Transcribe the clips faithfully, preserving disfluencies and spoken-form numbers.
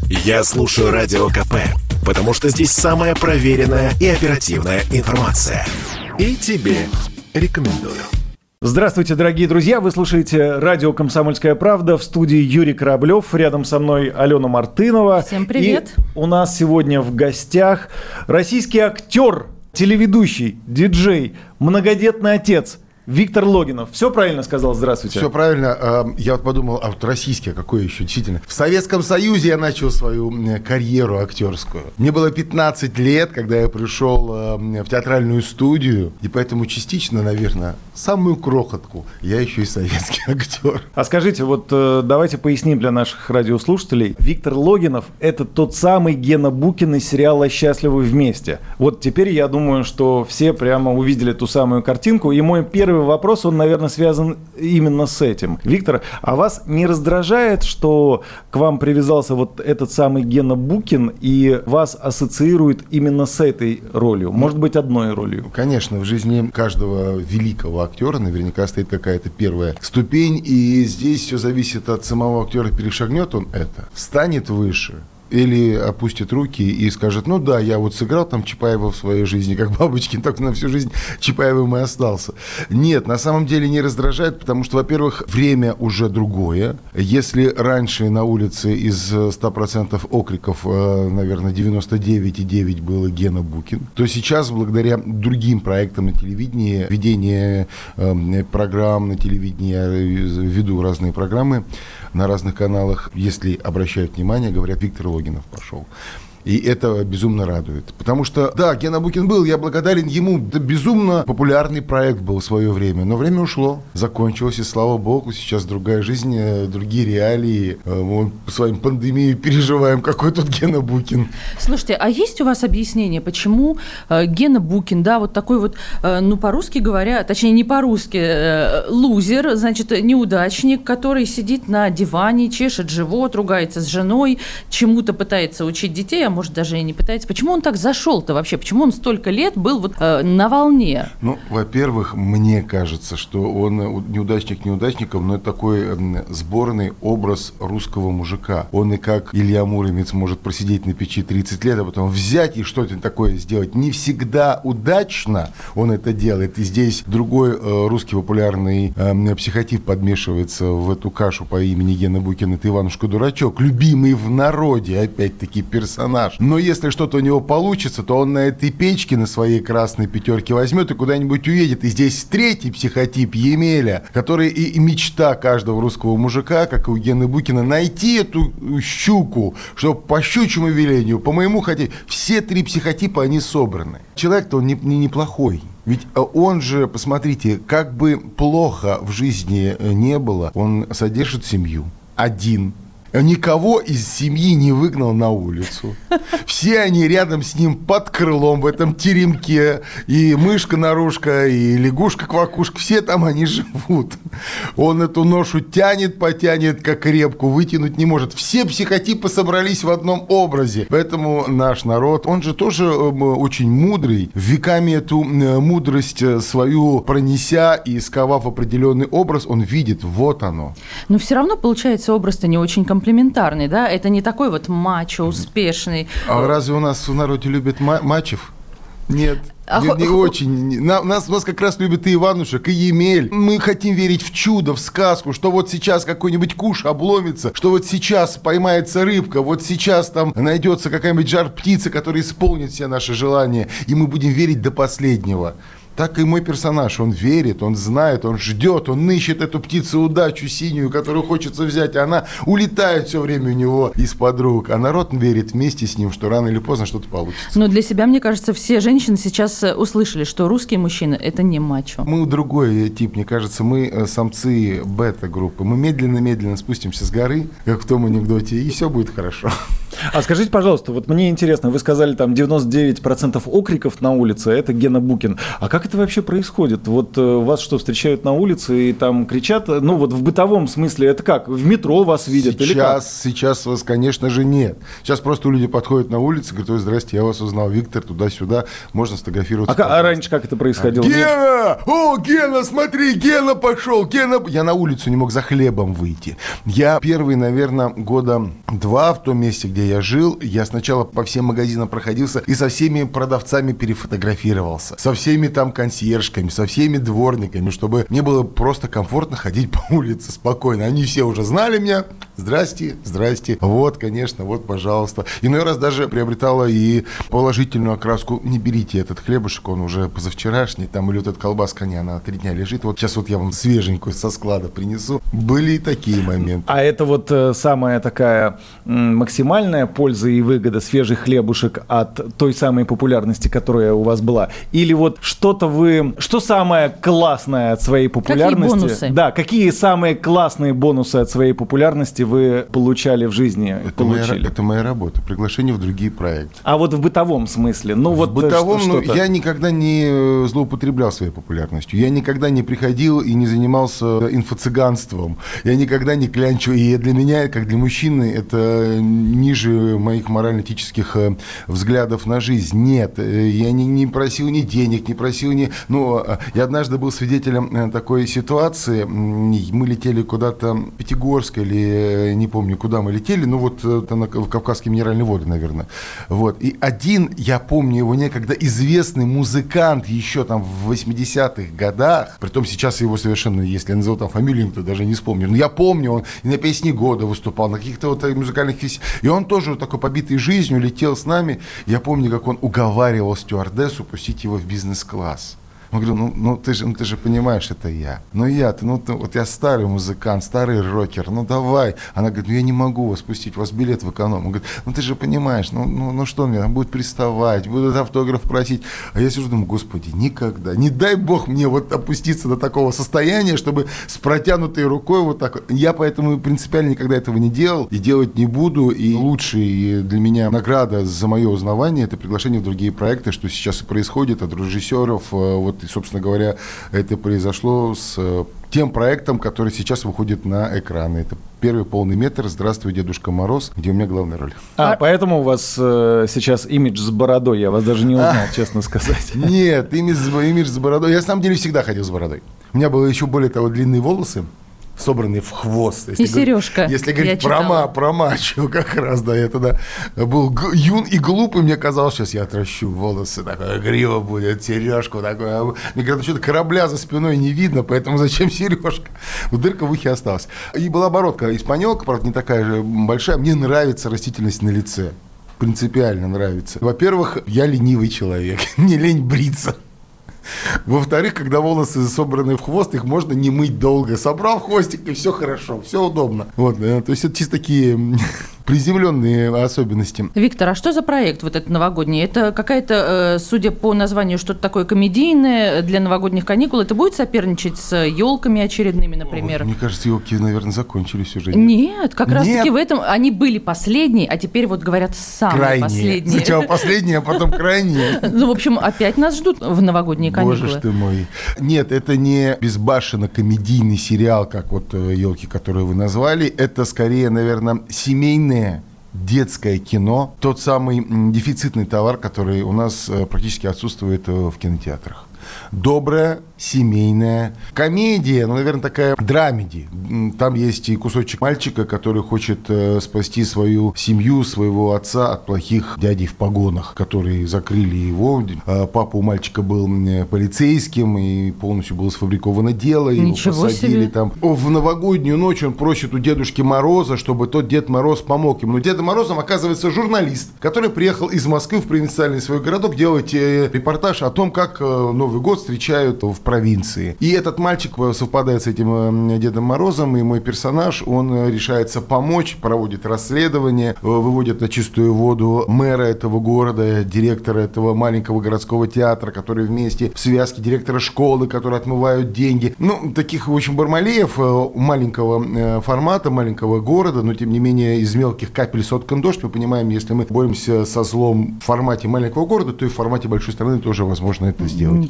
Я слушаю Радио КП, потому что здесь самая проверенная и оперативная информация. И тебе рекомендую. Здравствуйте, дорогие друзья! Вы слушаете радио «Комсомольская правда», в студии Юрий Кораблев, рядом со мной Алена Мартынова. Всем привет! И у нас сегодня в гостях российский актер, телеведущий, диджей, многодетный отец Виктор Логинов. Все правильно сказал? Здравствуйте. Все правильно. Я вот подумал, а вот российский, а какой еще? Действительно. В Советском Союзе я начал свою карьеру актерскую. Мне было пятнадцать лет, когда я пришел в театральную студию, и поэтому частично, наверное, самую крохотку я еще и советский актер. А скажите, вот давайте поясним для наших радиослушателей. Виктор Логинов – это тот самый Гена Букин из сериала «Счастливы вместе». Вот теперь я думаю, что все прямо увидели ту самую картинку, и мой первый вопрос, он, наверное, связан именно с этим. Виктор, а вас не раздражает, что к вам привязался вот этот самый Гена Букин и вас ассоциирует именно с этой ролью? Может быть, одной ролью? Конечно, в жизни каждого великого актера наверняка стоит какая-то первая ступень, и здесь все зависит от самого актера, перешагнет он это, встанет выше, или опустит руки и скажет: ну да, я вот сыграл там Чапаева в своей жизни, как Бабочкин, так на всю жизнь Чапаевым и остался. Нет, на самом деле не раздражает, потому что, во-первых, время уже другое. Если раньше на улице из ста процентов окриков, наверное, девяносто девять и девять процентов было Гена Букин, то сейчас, благодаря другим проектам на телевидении, ведение э, программ на телевидении, я веду разные программы на разных каналах, если обращают внимание, говорят: Виктор Логинов пошел. И это безумно радует. Потому что, да, Гена Букин был, я благодарен ему. Это безумно популярный проект был в свое время. Но время ушло, закончилось, и слава богу, сейчас другая жизнь, другие реалии. Мы по своим пандемии переживаем, какой тут Гена Букин. Слушайте, а есть у вас объяснение, почему э, Гена Букин, да, вот такой вот, э, ну, по-русски говоря, точнее, не по-русски, э, лузер, значит, неудачник, который сидит на диване, чешет живот, ругается с женой, чему-то пытается учить детей, а может, даже и не пытается. Почему он так зашел-то вообще? Почему он столько лет был вот э, на волне? Ну, во-первых, мне кажется, что он неудачник неудачником, но это такой э, сборный образ русского мужика. Он и как Илья Муромец может просидеть на печи тридцать лет, а потом взять и что-то такое сделать. Не всегда удачно он это делает. И здесь другой э, русский популярный э, психотип подмешивается в эту кашу по имени Гена Букин. Это Иванушка-дурачок, любимый в народе, опять-таки, персонаж. Но если что-то у него получится, то он на этой печке, на своей красной пятерке возьмет и куда-нибудь уедет. И здесь третий психотип Емеля, который и мечта каждого русского мужика, как и у Гены Букина, найти эту щуку, чтобы по щучьему велению, по моему хотеть. Все три психотипа, они собраны. Человек-то он не, не, неплохой. Ведь он же, посмотрите, как бы плохо в жизни не было, он содержит семью один. Никого из семьи не выгнал на улицу. Все они рядом с ним под крылом в этом теремке. И мышка-нарушка, и лягушка-квакушка. Все там они живут. Он эту ношу тянет, потянет, как репку, вытянуть не может. Все психотипы собрались в одном образе. Поэтому наш народ, он же тоже очень мудрый. Веками эту мудрость свою пронеся и сковав определенный образ, он видит, вот оно. Но все равно, получается, образ-то не очень комплексный. Комплементарный, да? Это не такой вот мачо, успешный. А разве у нас в народе любят ма- мачев? Нет. А не, хо- не очень. На, нас, нас как раз любят и Иванушек, и Емель. Мы хотим верить в чудо, в сказку, что вот сейчас какой-нибудь куш обломится, что вот сейчас поймается рыбка, вот сейчас там найдется какая-нибудь жар-птица, которая исполнит все наши желания, и мы будем верить до последнего. Так и мой персонаж, он верит, он знает, он ждет, он ищет эту птицу удачу синюю, которую хочется взять, а она улетает все время у него из-под рук. А народ верит вместе с ним, что рано или поздно что-то получится. Но для себя, мне кажется, все женщины сейчас услышали, что русские мужчины – это не мачо. Мы другой тип, мне кажется, мы самцы бета-группы. Мы медленно-медленно спустимся с горы, как в том анекдоте, и все будет хорошо. А скажите, пожалуйста, вот мне интересно, вы сказали, там девяносто девять процентов окриков на улице – это Гена Букин. А как это вообще происходит? Вот вас что, встречают на улице и там кричат? Ну, вот в бытовом смысле это как? В метро вас видят сейчас, или как? Сейчас вас, конечно же, нет. Сейчас просто люди подходят на улицу и говорят: ой, здрасте, я вас узнал, Виктор, туда-сюда, можно сфотографироваться. А, а раньше как это происходило? Гена! О, Гена, смотри, Гена пошел, Гена... Я на улицу не мог за хлебом выйти. Я первые, наверное, года два в том месте, где я жил, я сначала по всем магазинам проходился и со всеми продавцами перефотографировался, со всеми там консьержками, со всеми дворниками, чтобы мне было просто комфортно ходить по улице спокойно. Они все уже знали меня. Здрасте, здрасте. Вот, конечно, вот, пожалуйста. Иной раз даже приобретала и положительную окраску. Не берите этот хлебушек, он уже позавчерашний, там, или вот эта колбаска, не, она три дня лежит. Вот сейчас вот я вам свеженькую со склада принесу. Были и такие моменты. А это вот э, самая такая м, максимальная польза и выгода, свежий хлебушек от той самой популярности, которая у вас была? Или вот что-то вы... Что самое классное от своей популярности? Какие бонусы? Да, какие самые классные бонусы от своей популярности вы получали в жизни? Это моя, это моя работа, приглашение в другие проекты. А вот в бытовом смысле? Ну, в вот бытовом, что- ну, я никогда не злоупотреблял своей популярностью. Я никогда не приходил и не занимался инфо-цыганством. Я никогда не клянчил. И для меня, как для мужчины, это ниже моих морально-этических взглядов на жизнь. Нет, я не, не просил ни денег, не просил ни... Ну, я однажды был свидетелем такой ситуации. Мы летели куда-то в Пятигорск или не помню, куда мы летели, ну вот там, в Кавказские минеральные воды, наверное. Вот. И один, я помню его некогда, известный музыкант еще там в восьмидесятых годах, притом сейчас его совершенно, если я назову там фамилию, то даже не вспомню, но я помню, он и на песне года выступал, на каких-то вот музыкальных фестивалях, и он тоже вот такой побитый жизнью летел с нами. Я помню, как он уговаривал стюардессу пустить его в бизнес-класс. Он говорил, ну, ну, ты же, ну ты же понимаешь, это я. Ну я-то, ну ты, вот я старый музыкант, старый рокер, ну давай. Она говорит, ну я не могу вас пустить, у вас билет в эконом. Он говорит, ну ты же понимаешь, ну, ну, ну что он мне, он будет приставать, будет автограф просить. А я сижу, думаю, господи, никогда, не дай бог мне вот опуститься до такого состояния, чтобы с протянутой рукой вот так. Я поэтому принципиально никогда этого не делал и делать не буду. И лучшая для меня награда за мое узнавание — это приглашение в другие проекты, что сейчас и происходит от режиссеров. Вот, и, собственно говоря, это произошло с тем проектом, который сейчас выходит на экраны. Это первый полный метр «Здравствуй, Дедушка Мороз», где у меня главная роль. А, поэтому у вас э, сейчас имидж с бородой, я вас даже не узнал, а, честно сказать. Нет, имидж, имидж с бородой. Я, на самом деле, всегда ходил с бородой. У меня было еще, более того, длинные волосы, собранные в хвост. Если и сережка. Если говорить про, ма, про мачо, как раз, да, я тогда был юн и глупый, мне казалось, сейчас я отращу волосы, такая грива будет, сережку такую. Мне говорят, что-то корабля за спиной не видно, поэтому зачем сережка? Вот дырка в ухе осталась. И была бородка испанёлка, правда, не такая же большая. Мне нравится растительность на лице. Принципиально нравится. Во-первых, я ленивый человек. Мне лень бриться. Во-вторых, когда волосы собраны в хвост, их можно не мыть долго. Собрал хвостик, и все хорошо, все удобно. Вот, да, то есть это чисто такие приземленные особенности. Виктор, а что за проект вот этот новогодний? Это какая-то, судя по названию, что-то такое комедийное для новогодних каникул. Это будет соперничать с елками очередными, например? О, мне кажется, елки, наверное, закончились уже. Нет, как раз-таки в этом они были последние, а теперь вот говорят самые крайние. Последние. Сначала последние, а потом крайние. Ну, в общем, опять нас ждут в новогодние каникулы. Боже ж ты мой. Нет, это не безбашенно-комедийный сериал, как вот «Елки», которые вы назвали. Это скорее, наверное, семейное детское кино. Тот самый дефицитный товар, который у нас практически отсутствует в кинотеатрах. Добрая, семейная комедия, ну, наверное, такая драмеди. Там есть и кусочек мальчика, который хочет э, спасти свою семью, своего отца от плохих дядей в погонах, которые закрыли его. Э, папа у мальчика был полицейским, и полностью было сфабриковано дело. Ничего его посадили себе. Там. В новогоднюю ночь он просит у Дедушки Мороза, чтобы тот Дед Мороз помог ему. Но Дедом Морозом оказывается журналист, который приехал из Москвы в провинциальный свой городок делать э, репортаж о том, как э, Новый год встречают в провинции. И этот мальчик совпадает с этим Дедом Морозом, и мой персонаж, он решается помочь, проводит расследование, выводит на чистую воду мэра этого города, директора этого маленького городского театра, которые вместе в связке, директора школы, которые отмывают деньги. Ну, таких, в общем, бармалеев маленького формата, маленького города, но, тем не менее, из мелких капель соткан дождь. Мы понимаем, если мы боремся со злом в формате маленького города, то и в формате большой страны тоже возможно это сделать. Ничего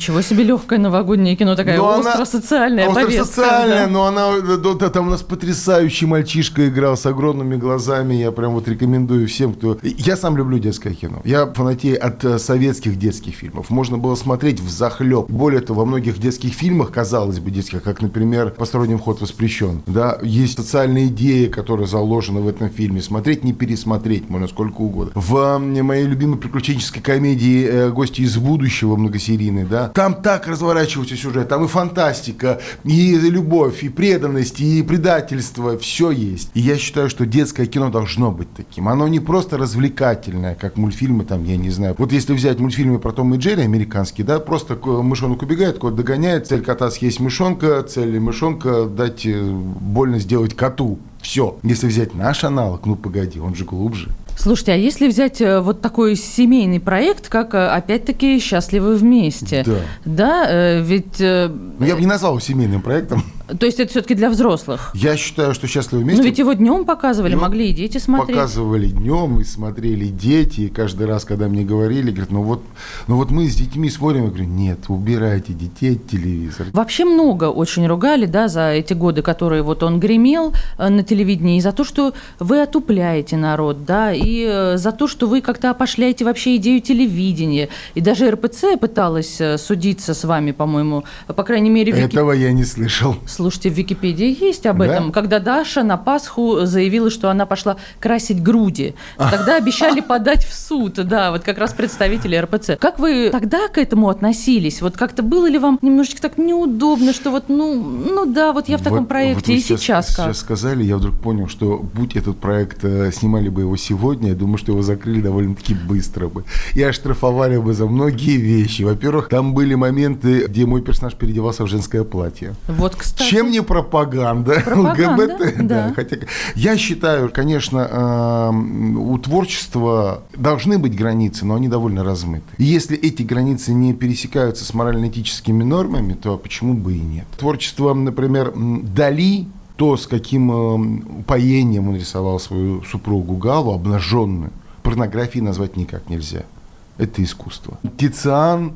Ничего себе легкое новогоднее кино, такая остро-социальная повестка. Остро-социальная, да. Но она, да, там у нас потрясающий мальчишка играл с огромными глазами, я прям вот рекомендую всем, кто... Я сам люблю детское кино, я фанатею от советских детских фильмов, можно было смотреть взахлеб. Более того, во многих детских фильмах, казалось бы, детских, как, например, «Посторонним вход воспрещен», да, есть социальная идея, которая заложена в этом фильме, смотреть, не пересмотреть, можно сколько угодно. В моей любимой приключенческой комедии «Гости из будущего» многосерийной, да, там так разворачивается сюжет, там и фантастика, и любовь, и преданность, и предательство, все есть. И я считаю, что детское кино должно быть таким. Оно не просто развлекательное, как мультфильмы, там, я не знаю. Вот если взять мультфильмы про Том и Джерри американские, да, просто мышонок убегает, кот догоняет, цель кота съесть мышонка, цель мышонка дать больно сделать коту. Все. Если взять наш аналог, ну погоди, он же глубже. Слушайте, а если взять вот такой семейный проект, как, опять-таки, «Счастливы вместе», да, да, ведь... Ну, я бы не назвал его семейным проектом. То есть это все-таки для взрослых? Я считаю, что «Счастливы вместе». Но ведь его днем показывали, его могли и дети смотреть. Показывали днем, и смотрели дети. И каждый раз, когда мне говорили, говорят, ну вот, ну вот мы с детьми смотрим, я говорю, нет, убирайте детей от телевизора. Вообще много очень ругали, да, за эти годы, которые вот он гремел на телевидении, и за то, что вы отупляете народ, да, и за то, что вы как-то опошляете вообще идею телевидения. И даже эр пэ цэ пыталась судиться с вами, по-моему, по крайней мере... Вики... Этого я не слышал. Слушайте, в Википедии есть об этом. Да? Когда Даша на Пасху заявила, что она пошла красить груди. Тогда обещали подать в суд, да, вот как раз представители эр пэ цэ. Как вы тогда к этому относились? Вот как-то было ли вам немножечко так неудобно, что вот, ну, ну да, вот я в таком вот, проекте, вот и сейчас, сейчас как? Сейчас сказали, я вдруг понял, что будь этот проект, снимали бы его сегодня, я думаю, что его закрыли довольно-таки быстро бы. И оштрафовали бы за многие вещи. Во-первых, там были моменты, где мой персонаж переодевался в женское платье. Вот, кстати. Чем не пропаганда, пропаганда ЛГБТ? Да. Да. Хотя, я считаю, конечно, у творчества должны быть границы, но они довольно размыты. И если эти границы не пересекаются с морально-этическими нормами, то почему бы и нет? Творчество, например, Дали, то, с каким упоением он рисовал свою супругу Галу, обнаженную, порнографией назвать никак нельзя. Это искусство. Тициан,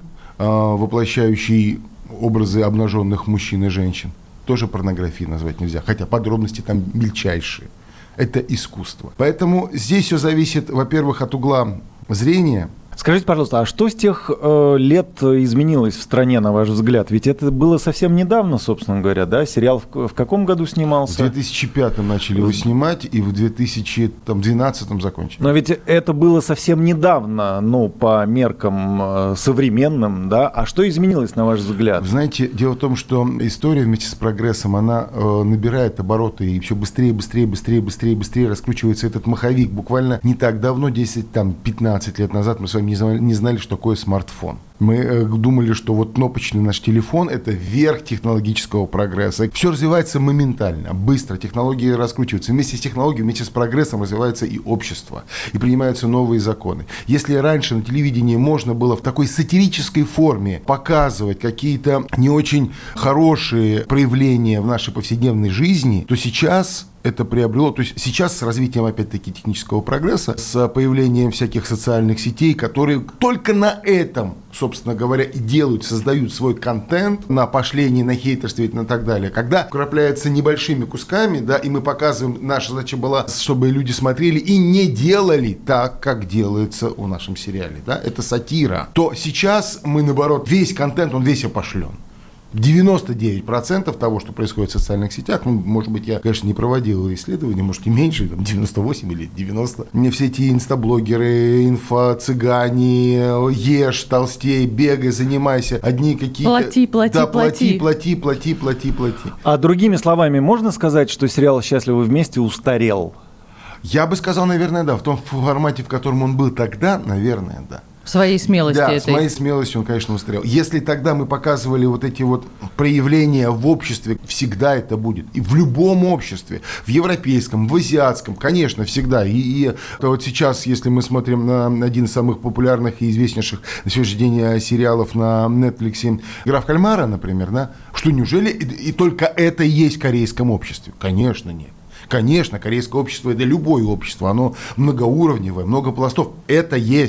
воплощающий образы обнаженных мужчин и женщин, тоже порнографией назвать нельзя, хотя подробности там мельчайшие. Это искусство. Поэтому здесь все зависит, во-первых, от угла зрения. Скажите, пожалуйста, а что с тех э, лет изменилось в стране, на ваш взгляд? Ведь это было совсем недавно, собственно говоря, да? Сериал в, в каком году снимался? В две тысячи пятом начали его снимать, и в две тысячи двенадцатом закончили. Но ведь это было совсем недавно, ну, по меркам э, современным, да? А что изменилось, на ваш взгляд? Знаете, дело в том, что история вместе с прогрессом, она э, набирает обороты, и все быстрее, быстрее, быстрее, быстрее, быстрее раскручивается этот маховик. Буквально не так давно, десять-пятнадцать лет назад, мы с вами не знали, не знали, что такое смартфон. Мы э, думали, что вот кнопочный наш телефон – это верх технологического прогресса. Все развивается моментально, быстро, технологии раскручиваются. Вместе с технологией, вместе с прогрессом развивается и общество, и принимаются новые законы. Если раньше на телевидении можно было в такой сатирической форме показывать какие-то не очень хорошие проявления в нашей повседневной жизни, то сейчас это приобрело, то есть сейчас с развитием, опять-таки, технического прогресса, с появлением всяких социальных сетей, которые только на этом, собственно говоря, и делают, создают свой контент на опошлении, на хейтерстве и так далее. Когда вкрапляется небольшими кусками, да, и мы показываем, наша задача была, чтобы люди смотрели и не делали так, как делается в нашем сериале, да, это сатира, то сейчас мы, наоборот, весь контент, он весь опошлен. девяносто девять процентов того, что происходит в социальных сетях, ну, может быть, я, конечно, не проводил исследования, может, и меньше, там, девяносто восемь или девяносто. Мне все эти инстаблогеры, инфо-цыгане, ешь, толстей, бегай, занимайся, одни какие-то... Плати, плати, да, плати. плати, плати, плати, плати. А другими словами, можно сказать, что сериал «Счастливы вместе» устарел? Я бы сказал, наверное, да. В том формате, в котором он был тогда, наверное, да. В своей смелости да, этой. с моей смелостью он, конечно, устарел. Если тогда мы показывали вот эти вот проявления в обществе, всегда это будет. И в любом обществе, в европейском, в азиатском, конечно, всегда. И, и вот сейчас, если мы смотрим на один из самых популярных и известнейших на сегодняшний день сериалов на Netflix, «Игра в кальмара», например, да, что неужели и, и только это и есть в корейском обществе? Конечно, нет. Конечно, корейское общество – это любое общество, оно многоуровневое, много пластов. Это есть.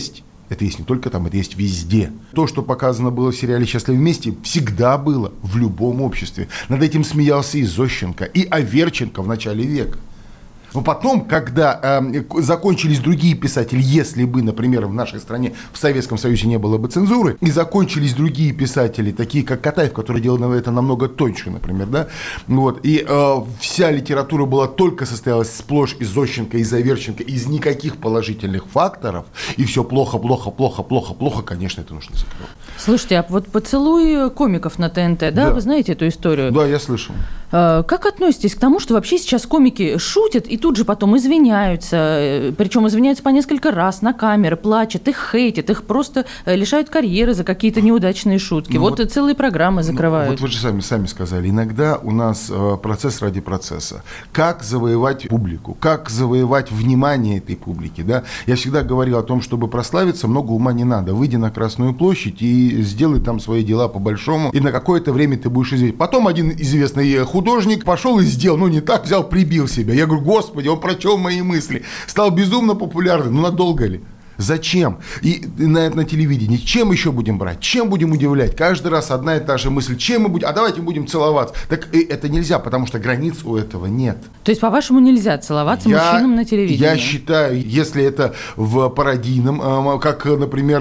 Это есть не только там, это есть везде. То, что показано было в сериале «Счастливы вместе», всегда было в любом обществе. Над этим смеялся и Зощенко, и Аверченко в начале века. Но потом, когда э, закончились другие писатели, если бы, например, в нашей стране, в Советском Союзе не было бы цензуры, и закончились другие писатели, такие как Катаев, который делал это намного тоньше, например, да, вот, и э, вся литература была только состоялась сплошь из Зощенко, из Аверченко, из никаких положительных факторов, и все плохо, плохо, плохо, плохо, плохо, конечно, это нужно закрыть. Слушайте, а вот «Поцелуй комиков» на ТНТ, да, да. Вы знаете эту историю? Да, я слышал. Как относитесь к тому, что вообще сейчас комики шутят и тут же потом извиняются, причем извиняются по несколько раз на камеры, плачут, их хейтят, их просто лишают карьеры за какие-то неудачные шутки. Ну вот, вот целые программы закрывают. Ну, вот вы же сами, сами сказали, иногда у нас процесс ради процесса. Как завоевать публику, как завоевать внимание этой публики, да? Я всегда говорил о том, чтобы прославиться, много ума не надо. Выйди на Красную площадь и сделай там свои дела по-большому, и на какое-то время ты будешь известен. Потом один известный художник Художник пошел и сделал, ну не так, взял, прибил себя. Я говорю, господи, он прочел мои мысли. Стал безумно популярным, ну надолго ли? Зачем? И на, на телевидении чем еще будем брать? Чем будем удивлять? Каждый раз одна и та же мысль. Чем мы будем? А давайте будем целоваться. Так это нельзя, потому что границ у этого нет. То есть, по-вашему, нельзя целоваться я, мужчинам на телевидении? Я считаю, если это в пародийном, как, например,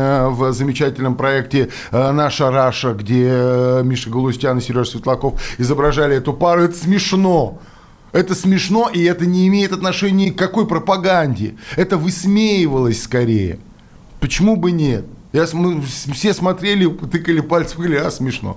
в замечательном проекте «Наша Раша», где Миша Галустян и Сережа Светлаков изображали эту пару, это смешно. Это смешно, и это не имеет отношения к какой пропаганде. Это высмеивалось скорее. Почему бы нет? Я, мы все смотрели, тыкали пальцем, говорили, а смешно.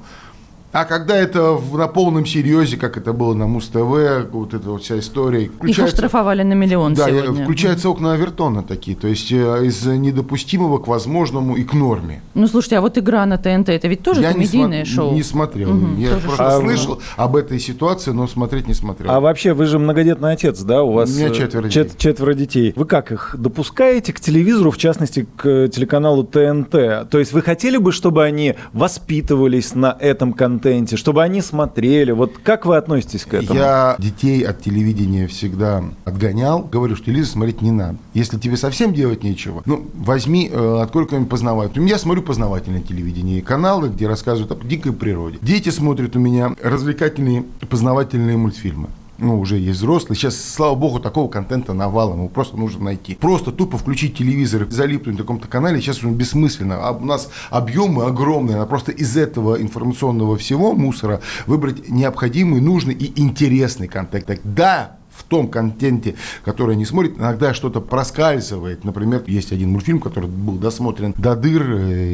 А когда это на полном серьезе, как это было на Муз-ТВ, вот эта вот вся история. Их оштрафовали на миллион да, сегодня. Включаются окна Авертона такие, то есть из недопустимого к возможному и к норме. Ну, слушайте, а вот игра на ТНТ, это ведь тоже я комедийное не шоу? Я не смотрел. Угу, я просто а слышал вы... об этой ситуации, но смотреть не смотрел. А вообще, вы же многодетный отец, да? У вас У меня четверо чет- детей. четверо детей. Вы как их допускаете к телевизору, в частности, к телеканалу ТНТ? То есть вы хотели бы, чтобы они воспитывались на этом контенте, чтобы они смотрели. Вот как вы относитесь к этому? Я детей от телевидения всегда отгонял. Говорю, что телевизор смотреть не надо. Если тебе совсем делать нечего, ну, возьми, э, открой какой-нибудь познавательный. Я смотрю познавательное телевидение, каналы, где рассказывают о дикой природе. Дети смотрят у меня развлекательные познавательные мультфильмы. Ну, уже есть взрослые. Сейчас, слава богу, такого контента навалом. Его просто нужно найти. Просто тупо включить телевизор и залипнуть на каком-то канале сейчас уже бессмысленно. А у нас объемы огромные. Надо просто из этого информационного всего мусора выбрать необходимый, нужный и интересный контент. Да, в том контенте, который они смотрят, иногда что-то проскальзывает. Например, есть один мультфильм, который был досмотрен до дыр,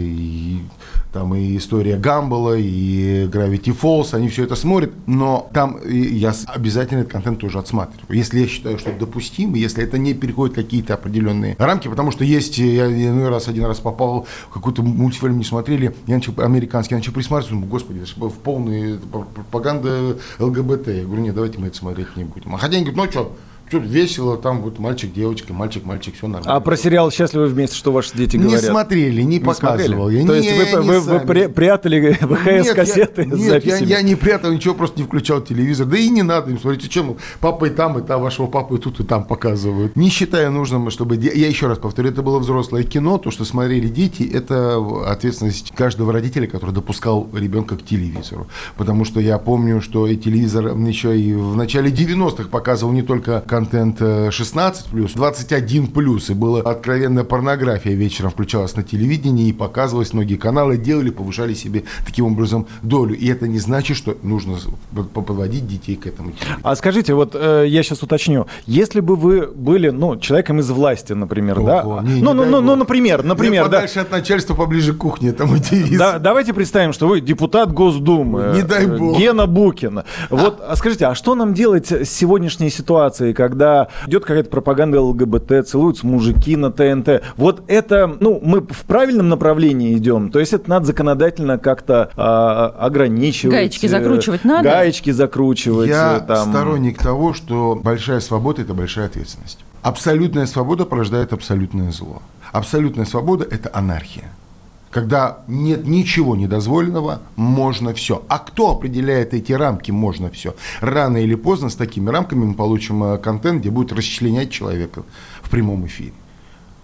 и там и история Гамбола, и Gravity Falls, они все это смотрят, но там я обязательно этот контент тоже отсматриваю. Если я считаю, что это допустимо, если это не переходит какие-то определенные рамки, потому что есть, я иной раз, один раз попал в какой-то мультфильм, не смотрели, я начал, американский, я начал присматриваться, думаю, господи, это же в полной пропаганда ЛГБТ. Я говорю, нет, давайте мы это смотреть не будем. А хотя они говорят, ну что, что-то весело, там вот мальчик, девочка, мальчик, мальчик, все нормально. А про сериал «Счастливы вместе» что ваши дети говорят? Не смотрели, не, не показывал. Я, То не, есть я, вы, не вы, вы при, прятали ВХС-кассеты нет, с нет, записями? Я, я не прятал ничего, просто не включал телевизор. Да и не надо им смотреть, чем папа и там, и там, вашего папы и тут, и там показывают. Не считаю нужным, чтобы... Я еще раз повторю, это было взрослое кино, то, что смотрели дети, это ответственность каждого родителя, который допускал ребенка к телевизору. Потому что я помню, что и телевизор еще и в начале девяностых показывал не только контент шестнадцать плюс, двадцать один плюс, и была откровенная порнография вечером включалась на телевидении и показывалась, многие каналы делали, повышали себе таким образом долю. И это не значит, что нужно подводить детей к этому. А скажите, вот э, я сейчас уточню, если бы вы были, ну, человеком из власти, например, Ого, да? Не, ну, не ну, ну, ну, например, например, да. Подальше от начальства, поближе к кухне, это мой девиз. Да, давайте представим, что вы депутат Госдумы. Не дай бог. Гена Букин. Вот, а скажите, а что нам делать с сегодняшней ситуацией, когда идет какая-то пропаганда ЛГБТ, целуются мужики на ТНТ? Вот это, ну, мы в правильном направлении идем, то есть это надо законодательно как-то а, ограничивать. Гаечки закручивать надо? Гаечки закручивать. Я там... сторонник того, что большая свобода – это большая ответственность. Абсолютная свобода порождает абсолютное зло. Абсолютная свобода – это анархия. Когда нет ничего недозволенного, можно все. А кто определяет эти рамки, можно все. Рано или поздно с такими рамками мы получим контент, где будет расчленять человека в прямом эфире.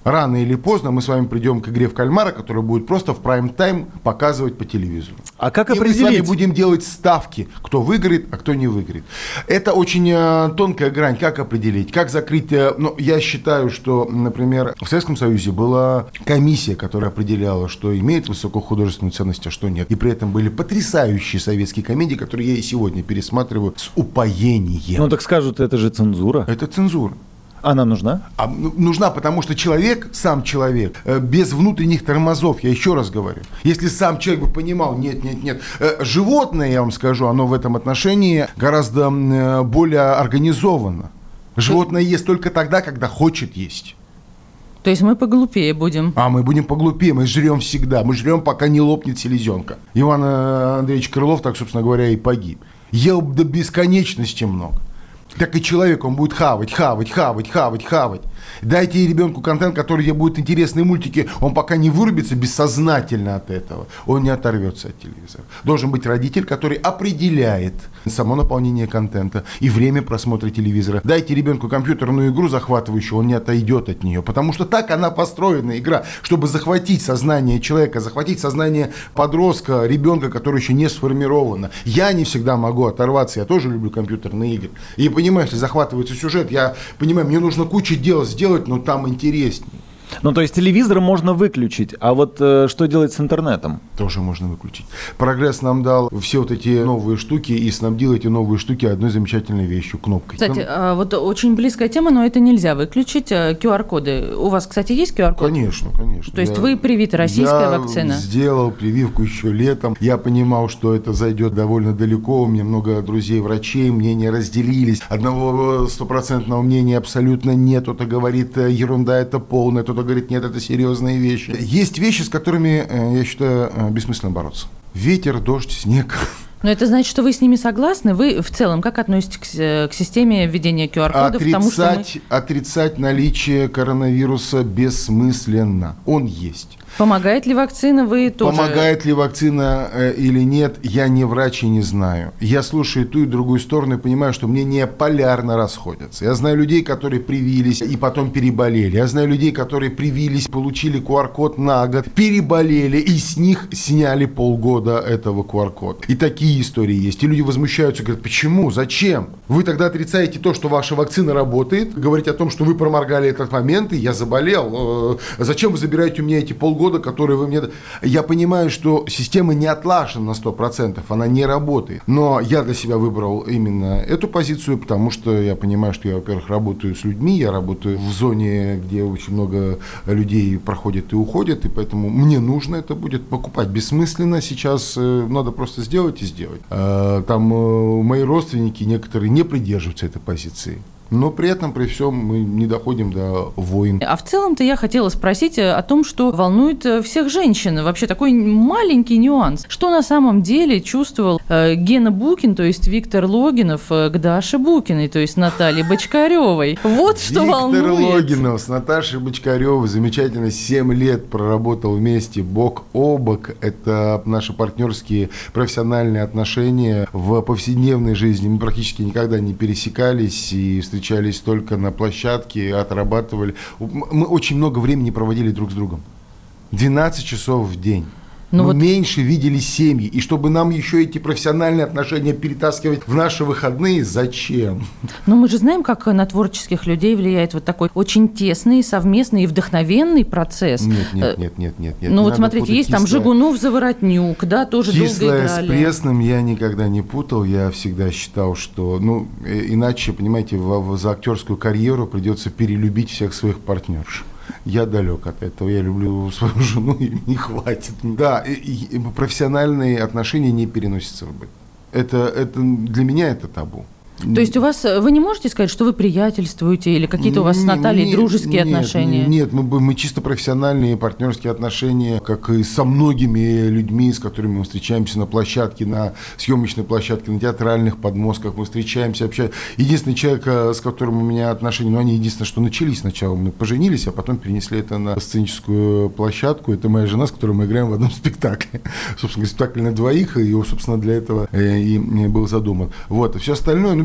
Рано или поздно мы с вами придем к игре в кальмара, которая будет просто в прайм-тайм показывать по телевизору. А как и определить? мы с вами будем делать ставки, кто выиграет, а кто не выиграет. Это очень э, тонкая грань. Как определить? Как закрыть? Э, ну, я считаю, что, например, в Советском Союзе была комиссия, которая определяла, что имеет высокую художественную ценность, а что нет. И при этом были потрясающие советские комедии, которые я и сегодня пересматриваю с упоением. Ну так скажут, это же цензура. Это цензура. Она нужна? А, ну, нужна, потому что человек, сам человек, э, без внутренних тормозов, я еще раз говорю, если сам человек бы понимал, нет, нет, нет, э, животное, я вам скажу, оно в этом отношении гораздо э, более организовано. Животное ест только тогда, когда хочет есть. То есть мы поглупее будем. А мы будем поглупее, мы жрем всегда, мы жрем, пока не лопнет селезенка. Иван Андреевич Крылов, так, собственно говоря, и погиб. Ел до бесконечности много. Так и человек, он будет хавать, хавать, хавать, хавать, хавать. Дайте ребенку контент, который ей будет интересные мультики, он пока не вырубится бессознательно от этого, он не оторвется от телевизора. Должен быть родитель, который определяет само наполнение контента и время просмотра телевизора. Дайте ребенку компьютерную игру захватывающую, он не отойдет от нее, потому что так она построена, игра, чтобы захватить сознание человека, захватить сознание подростка, ребенка, который еще не сформировано. Я не всегда могу оторваться, я тоже люблю компьютерные игры. И понимаю, если захватывается сюжет, я понимаю, мне нужно кучу дел сделать, но там интереснее. Ну, то есть телевизор можно выключить, а вот э, что делать с интернетом? Тоже можно выключить. Прогресс нам дал все вот эти новые штуки и снабдил эти новые штуки одной замечательной вещью, кнопкой. Кстати, там... вот очень близкая тема, но это нельзя выключить. ку ар коды. У вас, кстати, есть ку ар код? Конечно, конечно. То есть я... вы привиты, российская я вакцина? Я сделал прививку еще летом. Я понимал, что это зайдет довольно далеко. У меня много друзей-врачей, мнения разделились. Одного стопроцентного мнения абсолютно нет. Кто-то говорит, ерунда, это полная. Кто-то говорит, нет, это серьезные вещи. Есть вещи, с которыми, я считаю, бессмысленно бороться. Ветер, дождь, снег. Но это значит, что вы с ними согласны? Вы в целом как относитесь к, к системе введения ку ар кодов? Отрицать, потому, что мы... отрицать наличие коронавируса бессмысленно. Он есть. Помогает ли вакцина? Вы тоже... Помогает ли вакцина э, или нет, я не врач и не знаю. Я слушаю ту и другую сторону и понимаю, что мнения полярно расходятся. Я знаю людей, которые привились и потом переболели. Я знаю людей, которые привились, получили ку ар код на год, переболели и с них сняли полгода этого ку ар кода. И такие истории есть. И люди возмущаются, говорят, почему, зачем? Вы тогда отрицаете то, что ваша вакцина работает, говорите о том, что вы проморгали этот момент, и я заболел. Э, зачем вы забираете у меня эти полгода, которые вы мне... Я понимаю, что система не отлажена на сто процентов, она не работает. Но я для себя выбрал именно эту позицию, потому что я понимаю, что я, во-первых, работаю с людьми, я работаю в зоне, где очень много людей проходят и уходят, и поэтому мне нужно это будет покупать бессмысленно. Сейчас надо просто сделать и сделать. Там мои родственники, некоторые не придерживаются этой позиции. Но при этом, при всем, мы не доходим до войн. А в целом-то я хотела спросить о том, что волнует всех женщин. Вообще такой маленький нюанс. Что на самом деле чувствовал э, Гена Букин, то есть Виктор Логинов, э, к Даше Букиной, то есть Наталье Бочкаревой. Вот что волнует. Виктор Логинов с Наташей Бочкаревой замечательно семь лет проработал вместе бок о бок. Это наши партнерские профессиональные отношения в повседневной жизни. Мы практически никогда не пересекались и встречались встречались только на площадке, отрабатывали. Мы очень много времени проводили друг с другом. двенадцать часов в день. Ну мы вот... меньше видели семьи. И чтобы нам еще эти профессиональные отношения перетаскивать в наши выходные, зачем? Но мы же знаем, как на творческих людей влияет вот такой очень тесный, совместный и вдохновенный процесс. Нет, нет, нет, нет, нет. нет ну вот смотрите, есть кислое. Там Жигунов, Заворотнюк, да, тоже кислое долго играли. С пресным я никогда не путал. Я всегда считал, что, ну, иначе, понимаете, в, в, за актерскую карьеру придется перелюбить всех своих партнерш. Я далек от этого, я люблю свою жену, и не хватит. Да, и, и профессиональные отношения не переносятся в быт. Это, это, для меня это табу. То есть у вас, вы не можете сказать, что вы приятельствуете или какие-то у вас с Натальей нет, дружеские нет, отношения? Нет, мы, мы чисто профессиональные партнерские отношения, как и со многими людьми, с которыми мы встречаемся на площадке, на съемочной площадке, на театральных подмостках, мы встречаемся, общаемся. Единственный человек, с которым у меня отношения, ну они единственное, что начались сначала, мы поженились, а потом перенесли это на сценическую площадку. Это моя жена, с которой мы играем в одном спектакле. Собственно, спектакль на двоих, и его, собственно, для этого и был задуман. Вот, все остальное, ну,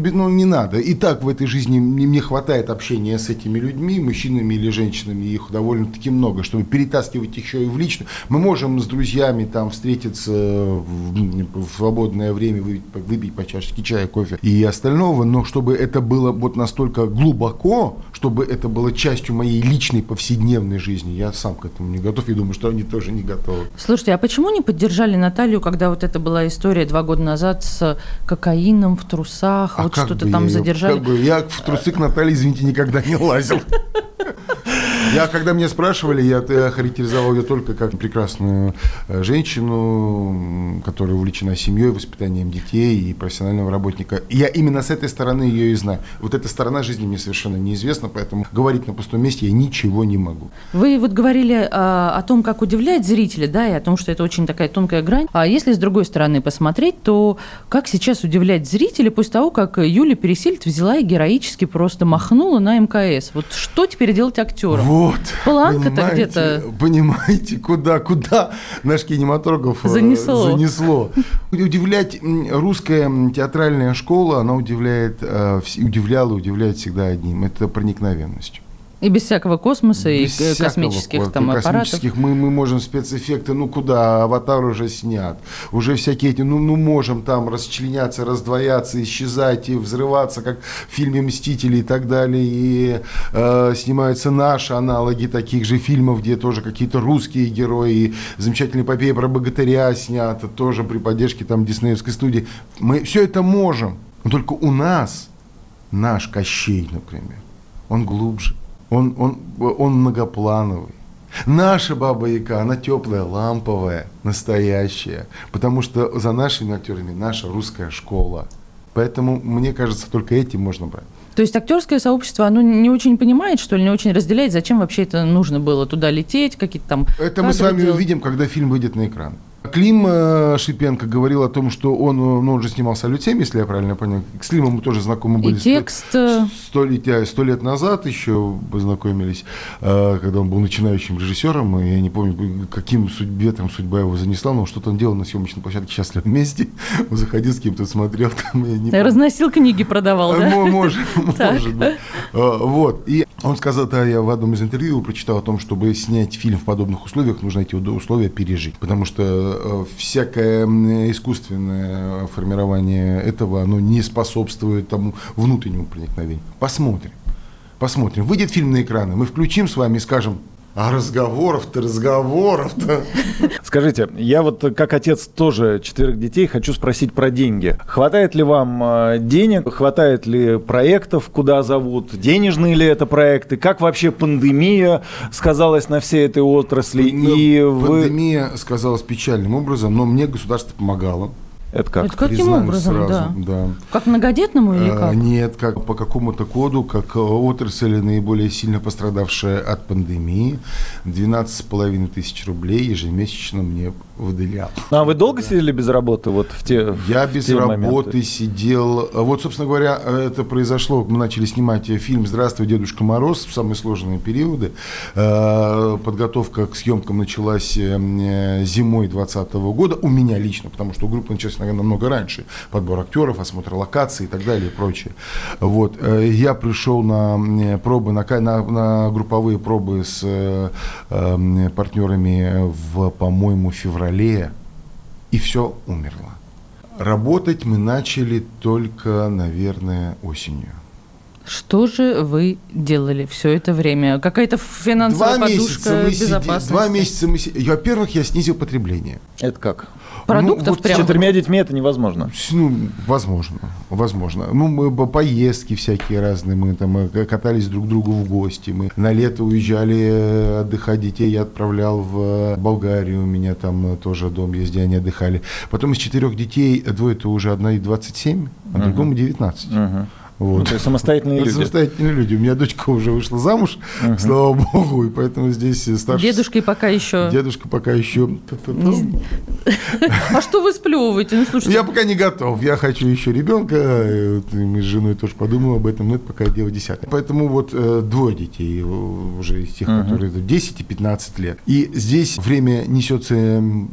ну, не надо. И так в этой жизни мне хватает общения с этими людьми, мужчинами или женщинами, их довольно-таки много, чтобы перетаскивать еще и в личную. Мы можем с друзьями там встретиться в, в свободное время, выпить, выпить по чашечке чая, кофе и остального, но чтобы это было вот настолько глубоко, чтобы это было частью моей личной повседневной жизни, я сам к этому не готов, и думаю, что они тоже не готовы. Слушайте, а почему не поддержали Наталью, когда вот это была история два года назад с кокаином в трусах, а вот что-то там я, задержали? Как бы, я в трусы к Наталье, извините, никогда не лазил. Я, когда меня спрашивали, я характеризовал ее только как прекрасную женщину, которая увлечена семьей, воспитанием детей и профессионального работника. Я именно с этой стороны ее и знаю. Вот эта сторона жизни мне совершенно неизвестна, поэтому говорить на пустом месте я ничего не могу. Вы вот говорили а, о том, как удивлять зрителя, да, и о том, что это очень такая тонкая грань. А если с другой стороны посмотреть, то как сейчас удивлять зрителя после того, как Юлия Пересильд взяла и героически просто махнула на эм ка эс? Вот что теперь делать актерам? Вот, планка-то где-то... Понимаете, куда, куда наш кинематограф занесло. занесло. Удивлять русская театральная школа, она удивляет, удивляла и удивляет всегда одним. Это проникновенностью. И без всякого космоса, без и космических всякого, там космических. аппаратов. Мы, мы можем спецэффекты, ну куда, «Аватар» уже снят. Уже всякие эти, ну, ну можем там расчленяться, раздвояться, исчезать и взрываться, как в фильме «Мстители» и так далее. И э, снимаются наши аналоги таких же фильмов, где тоже какие-то русские герои. И замечательная эпопея про богатыря снята, тоже при поддержке там диснеевской студии. Мы все это можем. Но только у нас, наш Кощей, например, он глубже. Он, он, он многоплановый. Наша Баба-Яга, она теплая, ламповая, настоящая. Потому что за нашими актерами наша русская школа. Поэтому, мне кажется, только этим можно брать. То есть актерское сообщество, оно не очень понимает, что ли, не очень разделяет, зачем вообще это нужно было туда лететь, какие-то там... Это мы с вами делать. Увидим, когда фильм выйдет на экран. Клим Шипенко говорил о том, что он, ну, он же снимал «Салют семь», если я правильно понял. С Климом мы тоже знакомы были. И текст... Сто, сто, лет, сто лет назад еще познакомились, когда он был начинающим режиссером. И я не помню, каким судьбе там судьба его занесла, но что-то он делал на съемочной площадке «Счастливы вместе». Он заходил с кем-то, смотрел. Там, я не Разносил книги, продавал, да? Может, может быть. Вот. И он сказал, да, я в одном из интервью прочитал о том, чтобы снять фильм в подобных условиях, нужно эти условия пережить. Потому что всякое искусственное формирование этого, оно не способствует тому внутреннему проникновению. Посмотрим. Посмотрим. Выйдет фильм на экраны, мы включим с вами и скажем: а разговоров-то, разговоров-то. Скажите, я вот как отец тоже четверых детей хочу спросить про деньги. Хватает ли вам денег? Хватает ли проектов, куда зовут? Денежные ли это проекты? Как вообще пандемия сказалась на всей этой отрасли? И пандемия вы... сказалась печальным образом, но мне государство помогало. Это как? Это каким Признаюсь образом, сразу, да? да. Как многодетному или как? А, нет, как по какому-то коду, как отрасль, наиболее сильно пострадавшая от пандемии, двенадцать с половиной тысяч рублей ежемесячно мне выделял. А вы долго да. сидели без работы вот в те Я в без те работы моменты? сидел. Вот, собственно говоря, это произошло. Мы начали снимать фильм «Здравствуй, Дедушка Мороз» в самые сложные периоды. Подготовка к съемкам началась зимой двадцатого года. У меня лично, потому что у группы началась, наверное, намного раньше. Подбор актеров, осмотр локаций и так далее, и прочее. Вот. Я пришел на пробы, на, на, на групповые пробы с э, партнерами в, по-моему, феврале, и все умерло. Работать мы начали только, наверное, осенью. Что же вы делали все это время? Какая-то финансовая два подушка безопасности? Сиди, два месяца мы сидели. Во-первых, я снизил потребление. Это как? Продуктов ну, вот прямо? С четырьмя детьми это невозможно. Ну, возможно, возможно. Ну, мы поездки всякие разные, мы там катались друг к другу в гости, мы на лето уезжали отдыхать, детей я отправлял в Болгарию, у меня там тоже дом есть, где они отдыхали. Потом из четырех детей, двое-то уже, одна и двадцать семь, а uh-huh. другому девятнадцать. Uh-huh. Вот. Ну, то есть самостоятельные люди. Самостоятельные люди. У меня дочка уже вышла замуж, uh-huh. слава богу, и поэтому здесь старший... Дедушка пока еще... Дедушка пока еще... А что вы сплевываете? Ну, слушайте. Я пока не готов. Я хочу еще ребенка. Мы с женой тоже подумали об этом, но это пока дело десятое. Поэтому вот двое детей уже из тех, uh-huh. которые десять и пятнадцать лет. И здесь время несется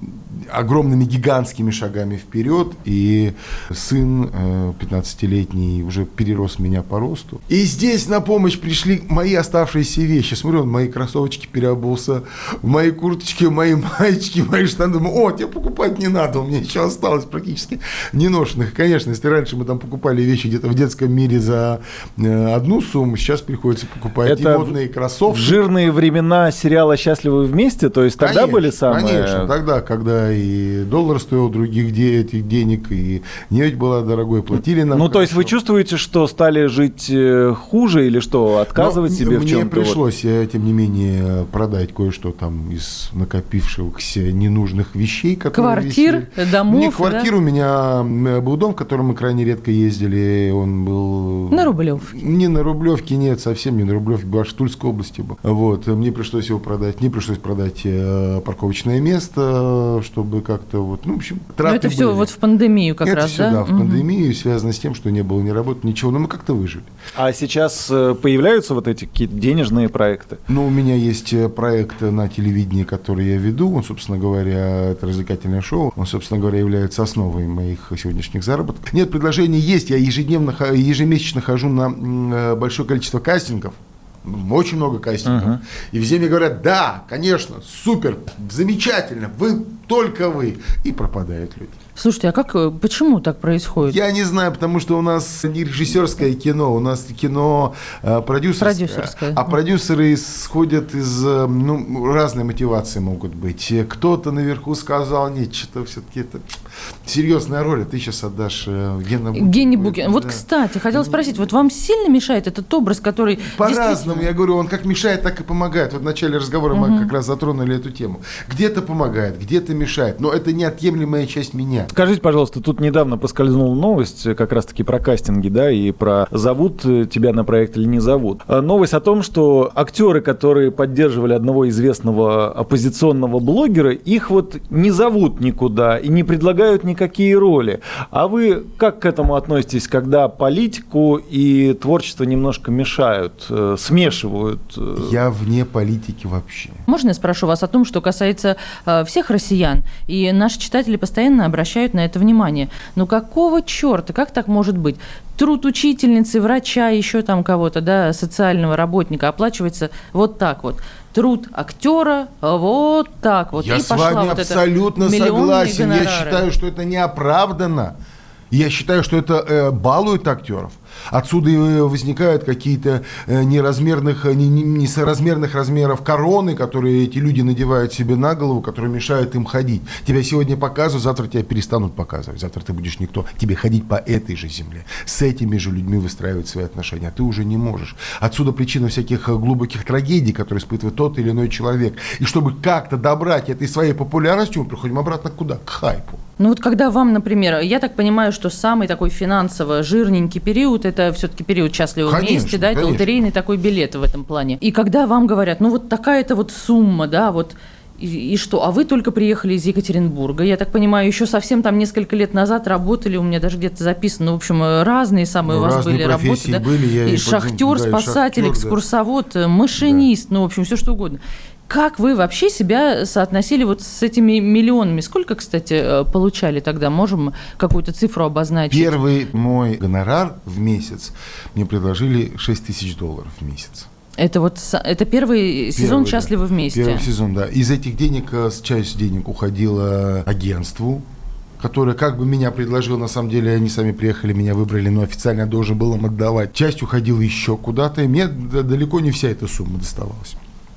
огромными гигантскими шагами вперед, и сын пятнадцатилетний уже перерос меня по росту. И здесь на помощь пришли мои оставшиеся вещи. Смотрю, он в мои кроссовочки переобулся, в мои курточки, в мои маечки, в мои штаны. Думаю, о, тебе покупать не надо, у меня еще осталось практически неношенных. Конечно, если раньше мы там покупали вещи где-то в детском мире за одну сумму, сейчас приходится покупать это и модные кроссовки. В жирные времена сериала «Счастливы вместе», то есть тогда конечно, были самые... Конечно, тогда, когда и доллар стоил других де- этих денег, и нефть была дорогой, платили нам. Ну, хорошо. То есть вы чувствуете, что стали жить хуже или что, отказывать Но себе в чем-то? Мне пришлось, вот... тем не менее, продать кое-что там из накопившихся ненужных вещей, которые Квартир, висели. домов, Не квартир, да? У меня был дом, в котором мы крайне редко ездили, он был... На Рублевке. Не на Рублевке, нет, совсем не на Рублевке, был аж в Тульской области был. Вот, мне пришлось его продать, мне пришлось продать э, парковочное место, чтобы как-то вот, ну, в общем, траты Но это все были. Вот в пандемию как это раз, все, да? да, в угу. пандемию, связано с тем, что не было ни работы, ничего, но мы как-то выжили. А сейчас появляются вот эти какие-то денежные проекты? Ну, у меня есть проект на телевидении, который я веду, он, собственно говоря, это развлекательное шоу, он, собственно говоря, является основой моих сегодняшних заработков. Нет, предложений есть, я ежедневно, ежемесячно хожу на большое количество кастингов, очень много кастингов, uh-huh. и везде мне говорят, да, конечно, супер, замечательно, вы, только вы, и пропадают люди. Слушайте, а как, почему так происходит? Я не знаю, потому что у нас не режиссерское кино, у нас кино э, продюсерское, продюсерское. А продюсеры исходят из, ну, разные мотивации могут быть. Кто-то наверху сказал, нет, что-то все-таки это серьезная роль, а ты сейчас отдашь э, Гена Букину. Гене Букину. Вот, да. Кстати, хотела спросить, вот вам сильно мешает этот образ, который По-разному, действительно... я говорю, он как мешает, так и помогает. Вот в начале разговора uh-huh. мы как раз затронули эту тему. Где-то помогает, где-то мешает, но это неотъемлемая часть меня. Скажите, пожалуйста, тут недавно поскользнула новость как раз-таки про кастинги, да, и про зовут тебя на проект или не зовут. Новость о том, что актеры, которые поддерживали одного известного оппозиционного блогера, их вот не зовут никуда и не предлагают никакие роли. А вы как к этому относитесь, когда политику и творчество немножко мешают, смешивают? Я вне политики вообще. Можно я спрошу вас о том, что касается э, всех россиян, и наши читатели постоянно обращают на это внимание. Ну какого черта, как так может быть? Труд учительницы, врача, еще там кого-то, да, социального работника оплачивается вот так вот. Труд актера вот так вот. Я и с пошла вами вот абсолютно согласен. Я считаю, что это неоправданно. Я считаю, что это э, балует актеров. Отсюда и возникают какие-то неразмерных, несоразмерных размеров короны, которые эти люди надевают себе на голову, которые мешают им ходить. Тебя сегодня показывают, завтра тебя перестанут показывать. Завтра ты будешь никто. Тебе ходить по этой же земле. С этими же людьми выстраивать свои отношения. А ты уже не можешь. Отсюда причина всяких глубоких трагедий, которые испытывает тот или иной человек. И чтобы как-то добрать этой своей популярностью, мы приходим обратно куда? К хайпу. Ну вот когда вам, например, я так понимаю, что самый такой финансово жирненький период, это все-таки период счастливого конечно, вместе, да, это конечно. лотерейный такой билет в этом плане. И когда вам говорят, ну вот такая-то вот сумма, да, вот, и, и что, а вы только приехали из Екатеринбурга, я так понимаю, еще совсем там несколько лет назад работали, у меня даже где-то записано, в общем, разные самые ну, у вас были работы, да, были, я и и шахтер, да, спасатель, и шахтер, экскурсовод, да. машинист, да. ну, в общем, все что угодно. Как вы вообще себя соотносили вот с этими миллионами? Сколько, кстати, получали тогда? Можем какую-то цифру обозначить? Первый мой гонорар в месяц мне предложили шесть тысяч долларов в месяц. Это вот это первый, первый сезон да. «Счастливы вместе». Первый сезон, да. Из этих денег часть денег уходила агентству, которое как бы меня предложило, на самом деле они сами приехали, меня выбрали, но официально я должен был им отдавать. Часть уходила еще куда-то, и мне далеко не вся эта сумма доставалась.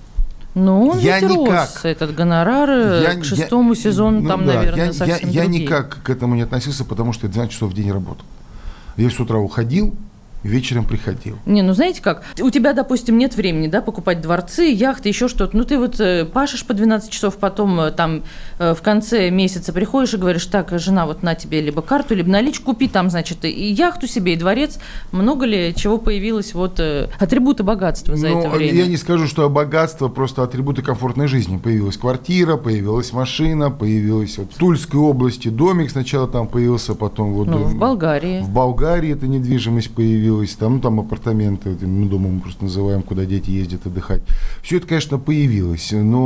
Ну, он я ведь никак, рос, этот гонорар, я, к шестому я, сезону ну, там, да, наверное, я, совсем я, я другие. никак к этому не относился, потому что я двенадцать часов в день работал. Я с утра уходил, вечером приходил. Не, ну знаете как, у тебя, допустим, нет времени, да, покупать дворцы, яхты, еще что-то. Ну ты вот э, пашешь по двенадцать часов, потом э, там э, в конце месяца приходишь и говоришь, так, жена, вот на тебе либо карту, либо наличку купи, там, значит, и яхту себе, и дворец. Много ли чего появилось, вот, э, атрибуты богатства за ну, это время? Я не скажу, что богатство, просто атрибуты комфортной жизни. Появилась квартира, появилась машина, появилась вот в Тульской области домик сначала там появился, потом вот... Ну, в Болгарии. В Болгарии эта недвижимость появилась. появилось, там, ну, там апартаменты, ну, дома мы просто называем, куда дети ездят отдыхать. Все это, конечно, появилось,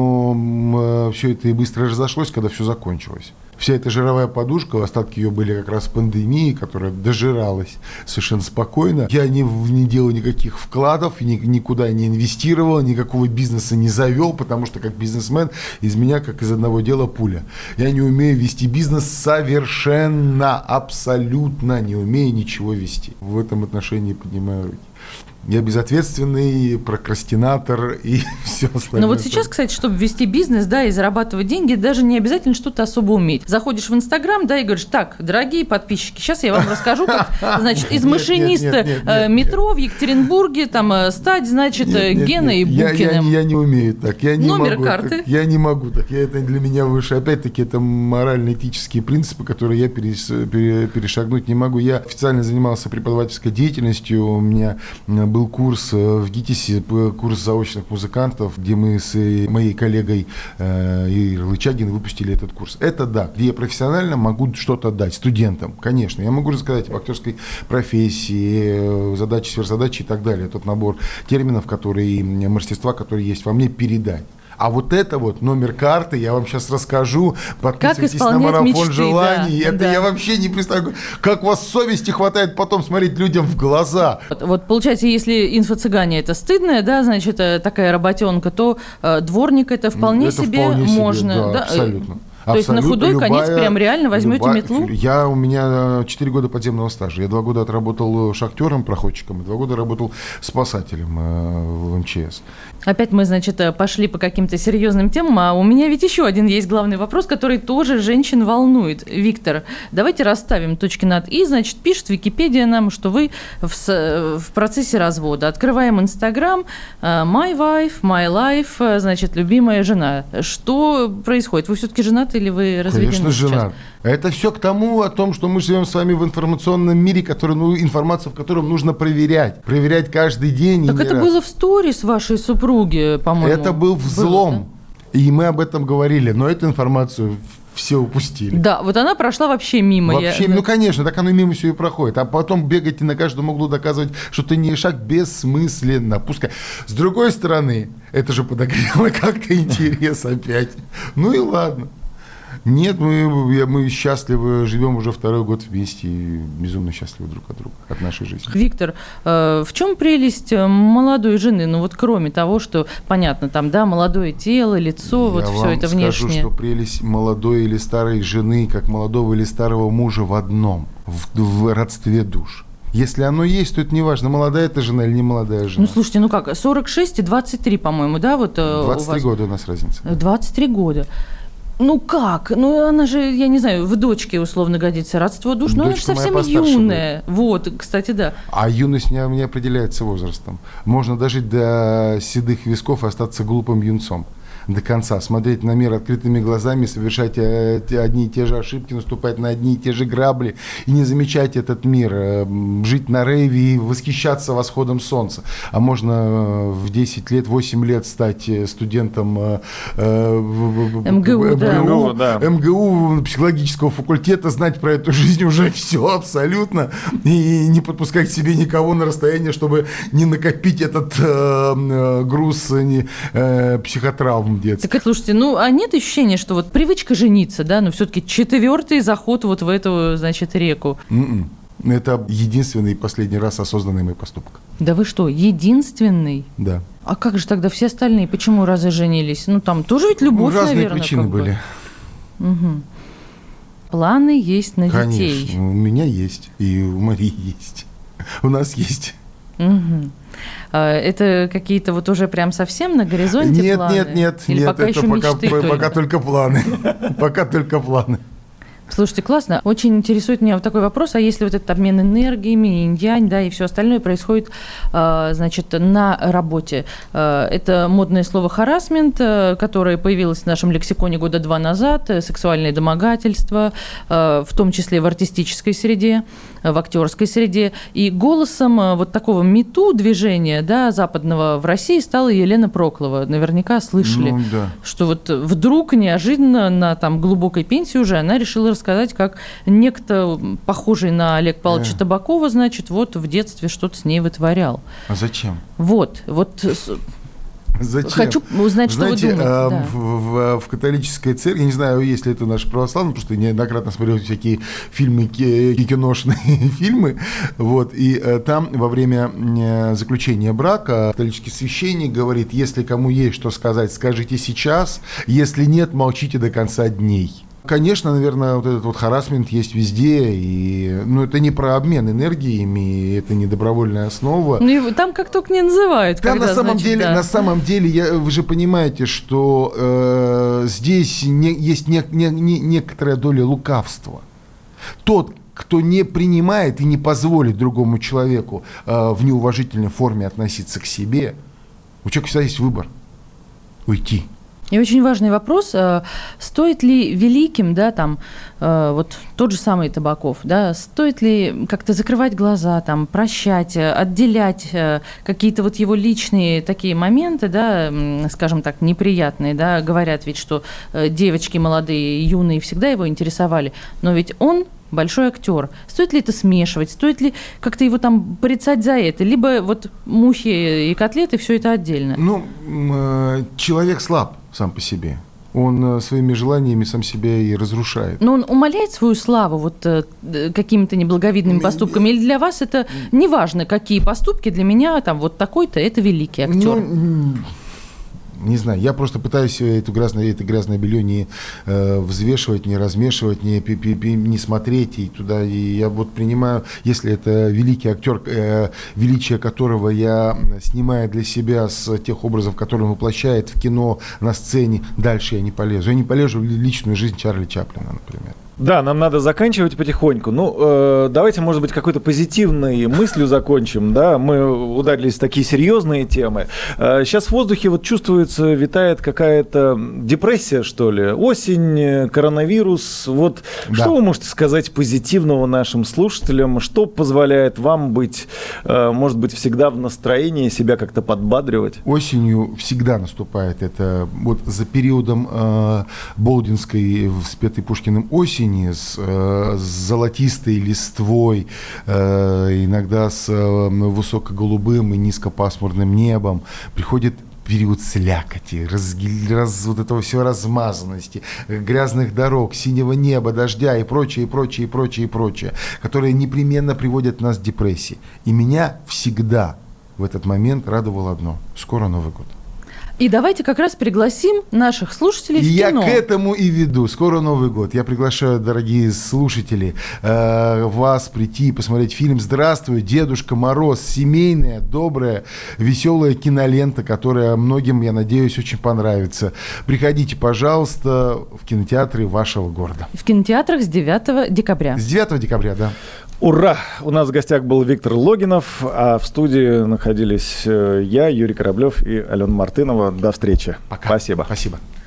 но все это и быстро разошлось, когда все закончилось. Вся эта жировая подушка, остатки ее были как раз в пандемии, которая дожиралась совершенно спокойно. Я не, не делал никаких вкладов, ни, никуда не инвестировал, никакого бизнеса не завел, потому что как бизнесмен из меня, как из одного дела, пуля. Я не умею вести бизнес совершенно, абсолютно не умею ничего вести. В этом отношении поднимаю руки. Я безответственный, прокрастинатор и все остальное. Но вот сейчас, кстати, чтобы вести бизнес, да, и зарабатывать деньги, даже не обязательно что-то особо уметь. Заходишь в Инстаграм, да, и говоришь: так, дорогие подписчики, сейчас я вам расскажу, как, значит, из машиниста метро в Екатеринбурге там стать, значит, Геной и Букиным. Я не умею так. Номер карты. Я не могу так. Это для меня выше. Опять-таки, это морально-этические принципы, которые я перешагнуть не могу. Я официально занимался преподавательской деятельностью. У меня был курс в ГИТИСе, курс заочных музыкантов, где мы с моей коллегой э, Ирой Лычагиной выпустили этот курс. Это да, где я профессионально могу что-то дать студентам, конечно. Я могу рассказать об актерской профессии, задачи, сверхзадачи и так далее. Тот набор терминов, которые, мастерства, которые есть во мне, передать. А вот это вот номер карты, я вам сейчас расскажу. Подписывайтесь на марафон мечты, желаний. Да, это да. Я вообще не представляю, как у вас совести хватает потом смотреть людям в глаза. Вот, вот получается, если инфо-цыгане это стыдная, да, значит, такая работенка, то э, дворник это вполне это себе вполне можно. Себе, да, да, абсолютно. То Абсолютно, есть на худой любая, конец прям реально возьмете любая, метлу? Я, у меня четыре года подземного стажа. Я два года отработал шахтером, проходчиком, и два года работал спасателем в эм че эс. Опять мы, значит, пошли по каким-то серьезным темам, а у меня ведь еще один есть главный вопрос, который тоже женщин волнует. Виктор, давайте расставим точки над «и». Значит, пишет Википедия нам, что вы в, в процессе развода. Открываем Инстаграм, my wife, my life, значит, любимая жена. Что происходит? Вы все-таки женаты или вы разведены? Конечно, женат. Это все к тому, о том, что мы живем с вами в информационном мире, который, ну, информацию, в котором нужно проверять. Проверять каждый день. Так это раз. Было в сторис вашей супруги, по-моему. Это был взлом. Было, да? И мы об этом говорили, но эту информацию все упустили. Да, вот она прошла вообще мимо. Вообще, я... ну, конечно, так оно мимо все и проходит. А потом бегать и на каждом углу доказывать, что ты не шаг, бессмысленно. Пускай. С другой стороны, это же подогрело как-то интерес опять. Ну и ладно. Нет, мы, мы счастливы, живем уже второй год вместе и безумно счастливы друг от друга, от нашей жизни. Виктор, э, в чем прелесть молодой жены? Ну вот кроме того, что, понятно, там, да, молодое тело, лицо, Я вот все это внешнее. Я вам скажу, что прелесть молодой или старой жены, как молодого или старого мужа в одном, в, в родстве душ. Если оно есть, то это не важно, молодая это жена или не молодая жена. Ну, слушайте, ну как, сорок шесть и двадцать три, по-моему, да? Вот, двадцать три у вас... года у нас разница. двадцать три года. Ну как? Ну она же, я не знаю, в дочке условно годится, родство душ, но она же совсем юная. Будет. Вот, кстати, да. А юность не, не определяется возрастом. Можно дожить до седых висков и остаться глупым юнцом до конца, смотреть на мир открытыми глазами, совершать одни и те же ошибки, наступать на одни и те же грабли и не замечать этот мир, жить на рейве и восхищаться восходом солнца. А можно в десять лет, восемь лет стать студентом эм гэ у, да. эм гэ у, да. эм гэ у психологического факультета, знать про эту жизнь уже все абсолютно и не подпускать к себе никого на расстояние, чтобы не накопить этот э, груз не, э, психотравм. Детских. Так, слушайте, ну, а нет ощущения, что вот привычка жениться, да, но все-таки четвертый заход вот в эту, значит, реку? Mm-mm. Это единственный и последний раз осознанный мой поступок. Да вы что, единственный? Да. А как же тогда все остальные, почему разы женились? Ну, там тоже ведь любовь, ну, разные наверное. Разные причины были. Угу. Планы есть на Конечно, детей? Конечно, у меня есть, и у Марии есть. У нас есть. Угу. Это какие-то вот уже прям совсем на горизонте нет, планы? Нет, нет, Или нет, пока это еще пока, мечты пока, только? только планы. Пока только планы. Слушайте, классно. Очень интересует меня вот такой вопрос. А если вот этот обмен энергиями, инь-янь, да, и все остальное происходит, значит, на работе? Это модное слово «харассмент», которое появилось в нашем лексиконе года два назад, сексуальное домогательство, в том числе в артистической среде, в актерской среде. И голосом вот такого мету движения, да, западного в России стала Елена Проклова. Наверняка слышали, ну, да. что вот вдруг неожиданно на там глубокой пенсии уже она решила рассказать рассказать, как некто, похожий на Олега Павловича э. Табакова, значит, вот в детстве что-то с ней вытворял. А зачем? Вот, вот... Зачем? Хочу узнать, что Знаете, вы думаете. А, да. в, в, в католической церкви, я не знаю, есть ли это наши православные, потому что я неоднократно смотрел всякие фильмы, киношные фильмы, вот, и а, там во время а, заключения брака католический священник говорит: если кому есть что сказать, скажите сейчас, если нет, молчите до конца дней. Конечно, наверное, вот этот вот харассмент есть везде, и, ну, это не про обмен энергиями, это не добровольная основа. Ну, там как только не называют. Там когда, на самом значит, деле, да. на самом деле, я, вы же понимаете, что э, здесь не, есть не, не, не, некоторая доля лукавства. Тот, кто не принимает и не позволит другому человеку э, в неуважительной форме относиться к себе, у человека всегда есть выбор – уйти. И очень важный вопрос, стоит ли великим, да, там, вот тот же самый Табаков, да, стоит ли как-то закрывать глаза, там, прощать, отделять какие-то вот его личные такие моменты, да, скажем так, неприятные, да, говорят ведь, что девочки молодые, юные всегда его интересовали, но ведь он большой актер. Стоит ли это смешивать? Стоит ли как-то его там порицать за это? Либо вот мухи и котлеты, все это отдельно? Ну, человек слаб сам по себе. Он своими желаниями сам себя и разрушает. Но он умаляет свою славу вот какими-то неблаговидными поступками? Или для вас это не важно, какие поступки? Для меня там вот такой-то, это великий актер. Ну, не знаю, я просто пытаюсь эту грязное, это грязное белье не э, взвешивать, не размешивать, не, пи, пи, пи, не смотреть и туда. И я вот принимаю, если это великий актер, э, величие которого я снимаю для себя с тех образов, которые он воплощает в кино, на сцене, дальше я не полезу. Я не полезу в личную жизнь Чарли Чаплина, например. Да, нам надо заканчивать потихоньку. Ну, э, давайте, может быть, какой-то позитивной мыслью закончим. Да, мы ударились в такие серьезные темы. Э, сейчас в воздухе вот чувствуется, витает какая-то депрессия, что ли. Осень, коронавирус. Вот да. Что вы можете сказать позитивного нашим слушателям? Что позволяет вам быть, э, может быть, всегда в настроении, себя как-то подбадривать? Осенью всегда наступает это. Вот за периодом э, Болдинской, спетой Пушкиным осени, С, э, с золотистой листвой, э, иногда с э, высокоголубым и низкопасмурным небом, приходит период слякоти, раз, раз, вот этого всего размазанности, грязных дорог, синего неба, дождя и прочее, и прочее, и прочее, и прочее, которые непременно приводят нас к депрессии. И меня всегда в этот момент радовало одно – скоро Новый год. И давайте как раз пригласим наших слушателей и в кино. Я к этому и веду. Скоро Новый год. Я приглашаю, дорогие слушатели, э, вас прийти и посмотреть фильм «Здравствуй, Дедушка Мороз». Семейная, добрая, веселая кинолента, которая многим, я надеюсь, очень понравится. Приходите, пожалуйста, в кинотеатры вашего города. В кинотеатрах с девятого декабря. С девятого декабря, да. Ура! У нас в гостях был Виктор Логинов, а в студии находились я, Юрий Кораблев и Алена Мартынова. До встречи. Пока. Спасибо. Спасибо.